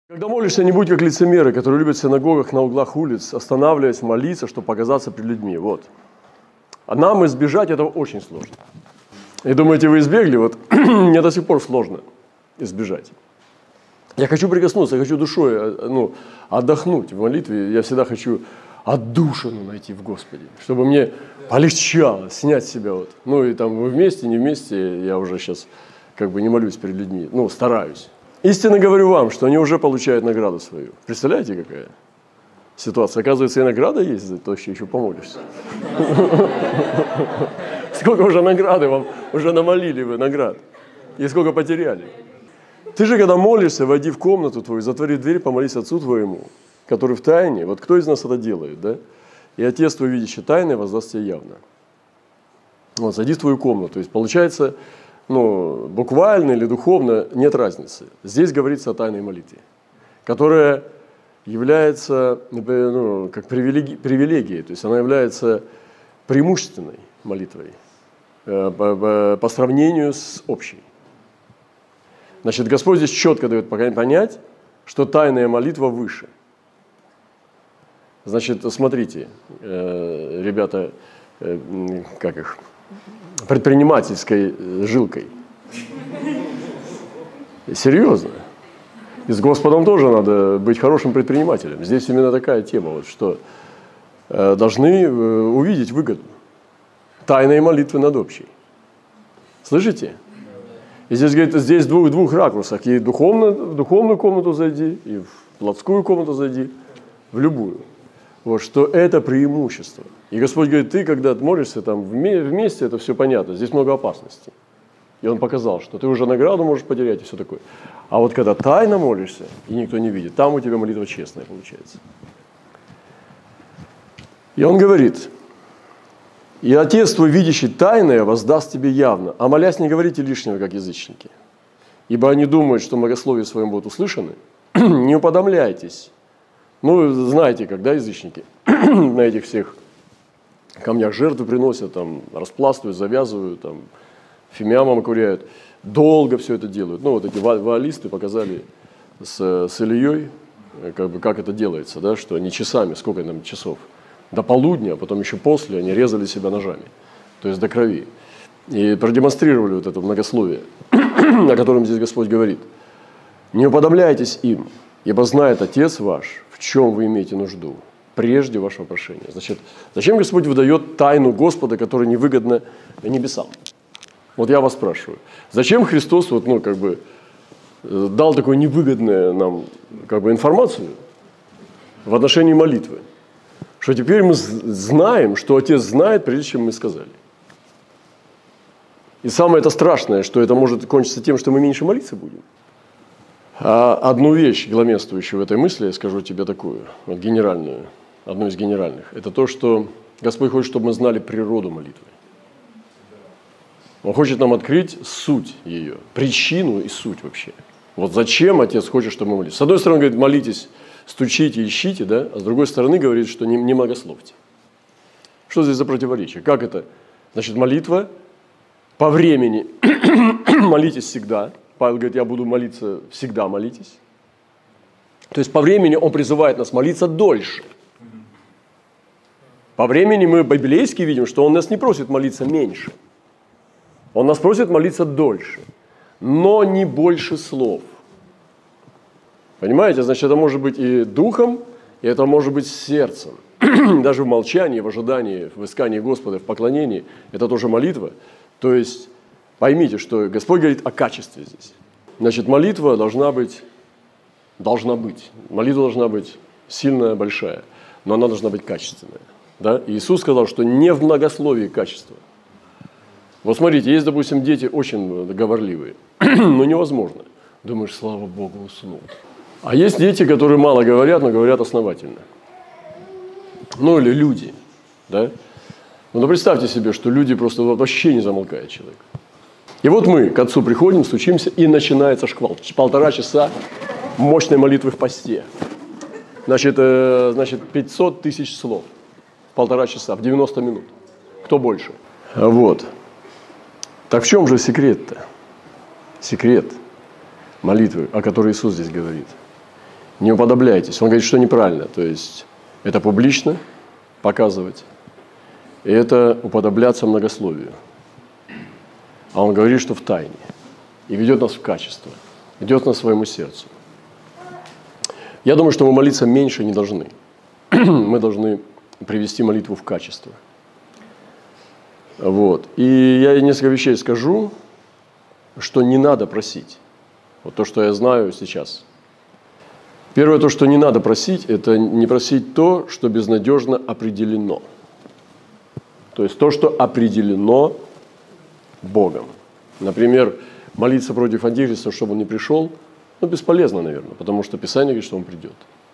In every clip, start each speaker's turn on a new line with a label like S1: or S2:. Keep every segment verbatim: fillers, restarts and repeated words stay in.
S1: Когда молишься, не будь как лицемеры, которые любят в синагогах на углах улиц, останавливаясь молиться, чтобы показаться перед людьми. Вот. А нам избежать этого очень сложно. И думаете, вы избегли? Вот мне до сих пор сложно избежать. Я хочу прикоснуться, я хочу душой ну, отдохнуть в молитве. Я всегда хочу отдушину найти в Господе, чтобы мне полегчало, снять с себя. Вот. Ну и там вы вместе, не вместе, я уже сейчас как бы не молюсь перед людьми, ну стараюсь. Истинно говорю вам, что они уже получают награду свою. Представляете, какая ситуация? Оказывается, и награда есть за то, что еще помолишься. Сколько уже награды вам уже намолили вы наград. И сколько потеряли. Ты же, когда молишься, войди в комнату твою, затвори дверь, помолись Отцу твоему, который в тайне. Вот кто из нас это делает, да? И Отец твой, видящий тайное, воздаст тебе явно. Вот, зайди в твою комнату. То есть, получается, ну, буквально или духовно нет разницы. Здесь говорится о тайной молитве, которая является, ну, как привилегией, привилегией, то есть она является преимущественной молитвой э, по, по сравнению с общей. Значит, Господь здесь четко дает понять, что тайная молитва выше. Значит, смотрите, э, ребята, э, как их, предпринимательской жилкой. Серьезно. И с Господом тоже надо быть хорошим предпринимателем. Здесь именно такая тема, вот, что э, должны э, увидеть выгоду. Тайной молитвы над общей. Слышите? И здесь говорит, здесь в двух, двух ракурсах. И духовно, в духовную комнату зайди, и в плотскую комнату зайди, в любую. Вот, что это преимущество. И Господь говорит, ты, когда молишься там вместе, это все понятно, здесь много опасностей. И Он показал, что ты уже награду можешь потерять и все такое. А вот когда тайно молишься, и никто не видит, там у тебя молитва честная получается. И Он говорит, и Отец твой, видящий тайное, воздаст тебе явно. А молясь, не говорите лишнего, как язычники. Ибо они думают, что многословие своим будут услышаны. Не уподобляйтесь. Ну, знаете, когда язычники на этих всех камнях жертвы приносят, там, распластывают, завязывают, там, фимиамом окуряют, долго все это делают. Ну, вот эти ваалисты показали с, с Ильей, как бы, как это делается, да, что они часами, сколько там часов, до полудня, а потом еще после, они резали себя ножами, то есть до крови. И продемонстрировали вот это многословие, о котором здесь Господь говорит. Не уподобляйтесь им, ибо знает Отец ваш, в чем вы имеете нужду, прежде вашего прошения. Значит, зачем Господь выдает тайну Господа, которая невыгодна небесам? Вот я вас спрашиваю. Зачем Христос вот, ну, как бы, дал такую невыгодную нам как бы, информацию в отношении молитвы? Что теперь мы знаем, что Отец знает, прежде чем мы сказали. И самое это страшное, что это может кончиться тем, что мы меньше молиться будем. А одну вещь, главенствующую в этой мысли, я скажу тебе такую, вот генеральную, одну из генеральных. Это то, что Господь хочет, чтобы мы знали природу молитвы. Он хочет нам открыть суть ее, причину и суть вообще. Вот зачем Отец хочет, чтобы мы молились. С одной стороны, говорит, молитесь, стучите, ищите, да? А с другой стороны, говорит, что не, не многословьте. Что здесь за противоречие? Как это? Значит, молитва по времени. Молитесь всегда. Павел говорит, я буду молиться, всегда молитесь. То есть по времени он призывает нас молиться дольше. По времени мы библейски видим, что он нас не просит молиться меньше. Он нас просит молиться дольше, но не больше слов. Понимаете? Значит, это может быть и духом, и это может быть сердцем. Даже в молчании, в ожидании, в искании Господа, в поклонении. Это тоже молитва. То есть поймите, что Господь говорит о качестве здесь. Значит, молитва должна быть, должна быть, молитва должна быть сильная, большая, но она должна быть качественная. Да? И Иисус сказал, что не в многословии качество. Вот смотрите, есть, допустим, дети очень говорливые, но невозможно. Думаешь, слава Богу, уснул. А есть дети, которые мало говорят, но говорят основательно. Ну или люди, да? Ну, представьте себе, что люди просто вообще не замолкает человек. И вот мы к Отцу приходим, стучимся, и начинается шквал. Полтора часа мощной молитвы в посте. Значит, э, значит пятьсот тысяч слов. Полтора часа, в девяносто минут. Кто больше? Вот. Так в чем же секрет-то? Секрет молитвы, о которой Иисус здесь говорит. Не уподобляйтесь. Он говорит, что неправильно. То есть это публично показывать, и это уподобляться многословию. А он говорит, что в тайне. И ведет нас в качество, ведет нас к своему сердцу. Я думаю, что мы молиться меньше не должны. Мы должны привести молитву в качество. Вот. И я несколько вещей скажу, что не надо просить. Вот то, что я знаю сейчас. Первое, то, что не надо просить, это не просить то, что безнадежно определено. То есть то, что определено Богом. Например, молиться против антихриста, чтобы он не пришел, ну, бесполезно, наверное, потому что Писание говорит, что он придет.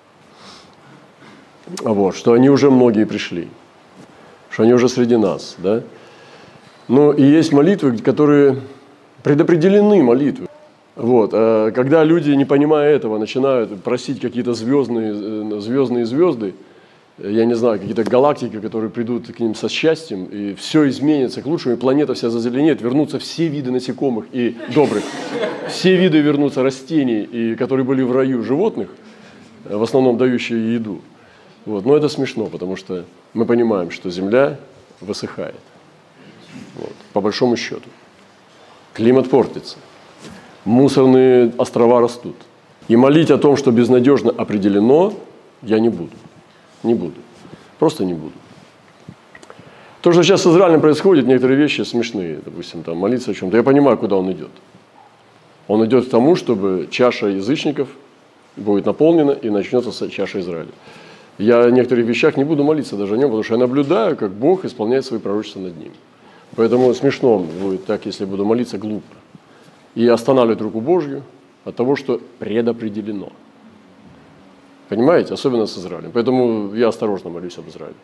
S1: Вот, что они уже многие пришли, что они уже среди нас, да. Ну, и есть молитвы, которые предопределены молитвы. Вот, а когда люди, не понимая этого, начинают просить какие-то звездные, звездные звезды, я не знаю, какие-то галактики, которые придут к ним со счастьем, и все изменится к лучшему, и планета вся зазеленеет, вернутся все виды насекомых и добрых, все виды вернутся растений, и, которые были в раю животных, в основном дающие еду. Вот. Но это смешно, потому что мы понимаем, что Земля высыхает, вот, по большому счету. Климат портится, мусорные острова растут. И молить о том, что безнадежно определено, я не буду. Не буду. Просто не буду. То, что сейчас с Израилем происходит, некоторые вещи смешные. Допустим, там, молиться о чем-то. Я понимаю, куда он идет. Он идет к тому, чтобы чаша язычников будет наполнена и начнется чаша Израиля. Я о некоторых вещах не буду молиться даже о нем, потому что я наблюдаю, как Бог исполняет свои пророчества над ним. Поэтому смешно будет так, если буду молиться глупо. И останавливать руку Божью от того, что предопределено. Понимаете? Особенно с Израилем. Поэтому я осторожно молюсь об Израиле.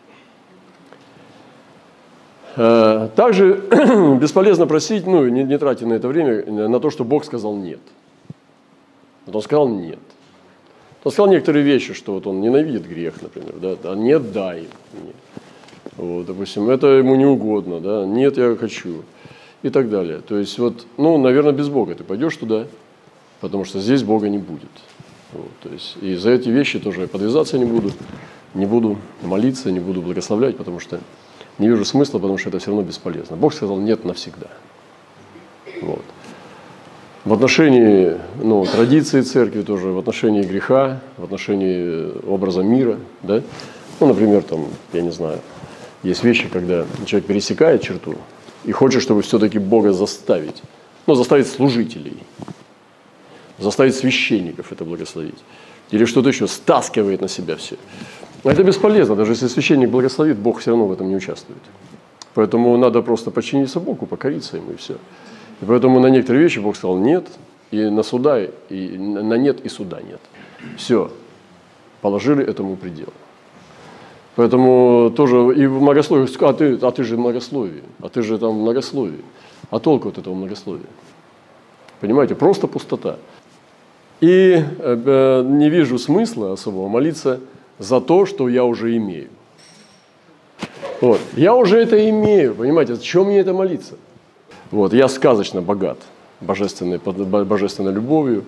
S1: Также бесполезно просить, ну, не, не тратить на это время, на то, что Бог сказал «нет». Вот он сказал «нет». Он сказал некоторые вещи, что вот он ненавидит грех, например, да, а «нет, дай». Нет. Вот, допустим, это ему не угодно, да, «нет, я хочу» и так далее. То есть, вот, ну, наверное, без Бога ты пойдешь туда, потому что здесь Бога не будет. Вот, то есть, и за эти вещи тоже подвязаться не буду, не буду молиться, не буду благословлять, потому что не вижу смысла, потому что это все равно бесполезно. Бог сказал «нет» навсегда. Вот. В отношении, ну, традиции церкви тоже, в отношении греха, в отношении образа мира, да, ну, например, там, я не знаю, есть вещи, когда человек пересекает черту и хочет, чтобы все-таки Бога заставить, ну, заставить служителей, заставить священников это благословить. Или что-то еще, стаскивает на себя все. Это бесполезно, даже если священник благословит, Бог все равно в этом не участвует. Поэтому надо просто подчиниться Богу, покориться Ему и все. И поэтому на некоторые вещи Бог сказал нет, и на суда, и на нет, и суда нет. Все, положили этому предел. Поэтому тоже и в многословии, а ты, а ты же многословие, а ты же там многословие. А толку от этого многословия? Понимаете, просто пустота. И э, не вижу смысла особого молиться за то, что я уже имею. Вот. Я уже это имею, понимаете, зачем мне это молиться? Вот. Я сказочно богат божественной, божественной любовью.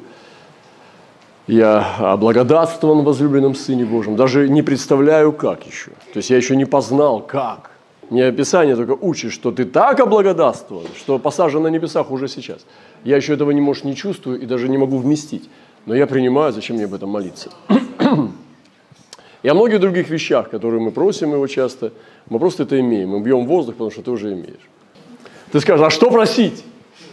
S1: Я облагодатствован в возлюбленном Сыне Божьем. Даже не представляю, как еще. То есть я еще не познал, как. Мне Писание только учит, что ты так облагодатствован, что посажен на небесах уже сейчас. Я еще этого не, может, не чувствую и даже не могу вместить. Но я принимаю, зачем мне об этом молиться. И о многих других вещах, которые мы просим его часто, мы просто это имеем. Мы бьем воздух, потому что ты уже имеешь. Ты скажешь, а что просить?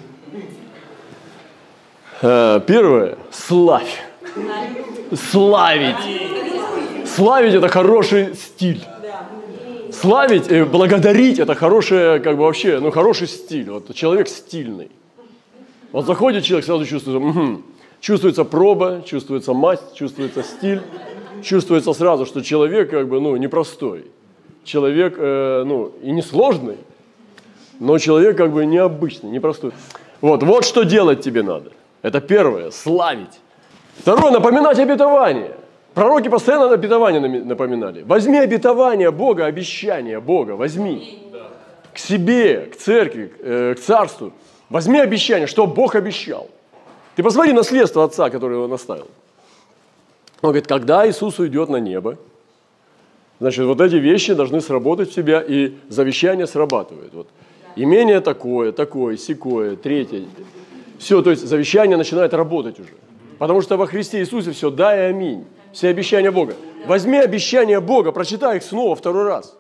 S1: Первое – славь. Славить. Славить – это хороший стиль. Славить, благодарить – это хорошее, как бы вообще, ну, хороший стиль. Вот человек стильный. Вот заходит человек, сразу чувствуется, угу. Чувствуется проба, чувствуется масть, чувствуется стиль. Чувствуется сразу, что человек как бы, ну, непростой. Человек, э, ну, и не сложный, но человек как бы необычный, непростой. Вот, вот что делать тебе надо. Это первое – славить. Второе – напоминать обетование. Пророки постоянно обетование напоминали. Возьми обетование Бога, обещание Бога, возьми. К себе, к церкви, к царству. Возьми обещание, что Бог обещал. Ты посмотри наследство отца, который его наставил. Он говорит, когда Иисус уйдет на небо, значит, вот эти вещи должны сработать в тебя, и завещание срабатывает. Вот. Имение такое, такое, сякое, третье. Все, то есть завещание начинает работать уже. Потому что во Христе Иисусе все да и аминь. Все обещания Бога. Возьми обещания Бога, прочитай их снова второй раз.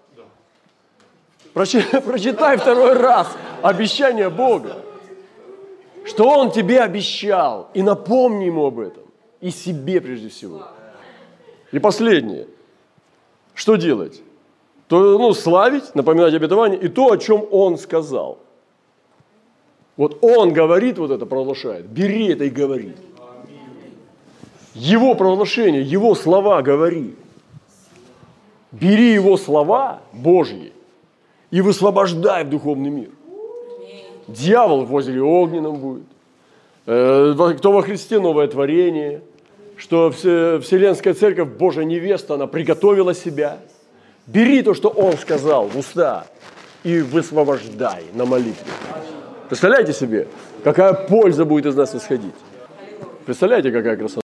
S1: Прочитай второй раз обещания Бога. Что Он тебе обещал. И напомни Ему об этом. И себе прежде всего. И последнее. Что делать? То, ну, славить, напоминать обетование и то, о чем Он сказал. Вот Он говорит, вот это провозглашает. Бери это и говори. Его провозглашение, Его слова говори. Бери Его слова Божьи и высвобождай в духовный мир. Дьявол в озере огненном будет. Кто во Христе новое творение. Что Вселенская Церковь, Божья невеста, она приготовила себя. Бери то, что Он сказал в уста, и высвобождай на молитве. Представляете себе, какая польза будет из нас исходить? Представляете, какая красота?